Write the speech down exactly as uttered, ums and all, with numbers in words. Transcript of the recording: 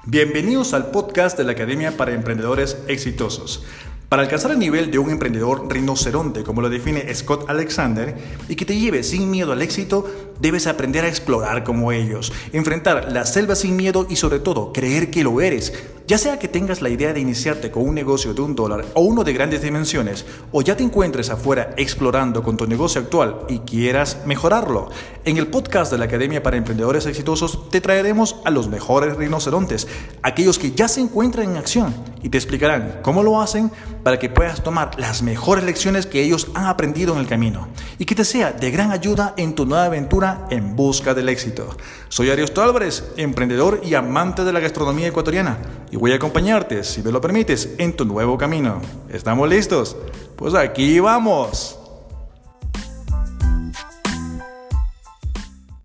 Bienvenidos al podcast de la Academia para Emprendedores Exitosos. Para alcanzar el nivel de un emprendedor rinoceronte, como lo define Scott Alexander, y que te lleve sin miedo al éxito, debes aprender a explorar como ellos, enfrentar la selva sin miedo y sobre todo creer que lo eres. Ya sea que tengas la idea de iniciarte con un negocio de un dólar o uno de grandes dimensiones, o ya te encuentres afuera explorando con tu negocio actual y quieras mejorarlo. En el podcast de la Academia para Emprendedores Exitosos te traeremos a los mejores rinocerontes, aquellos que ya se encuentran en acción, y te explicarán cómo lo hacen para que puedas tomar las mejores lecciones que ellos han aprendido en el camino y que te sea de gran ayuda en tu nueva aventura en busca del éxito. Soy Ariosto Álvarez, emprendedor y amante de la gastronomía ecuatoriana, y voy a acompañarte, si me lo permites, en tu nuevo camino. ¿Estamos listos? Pues aquí vamos.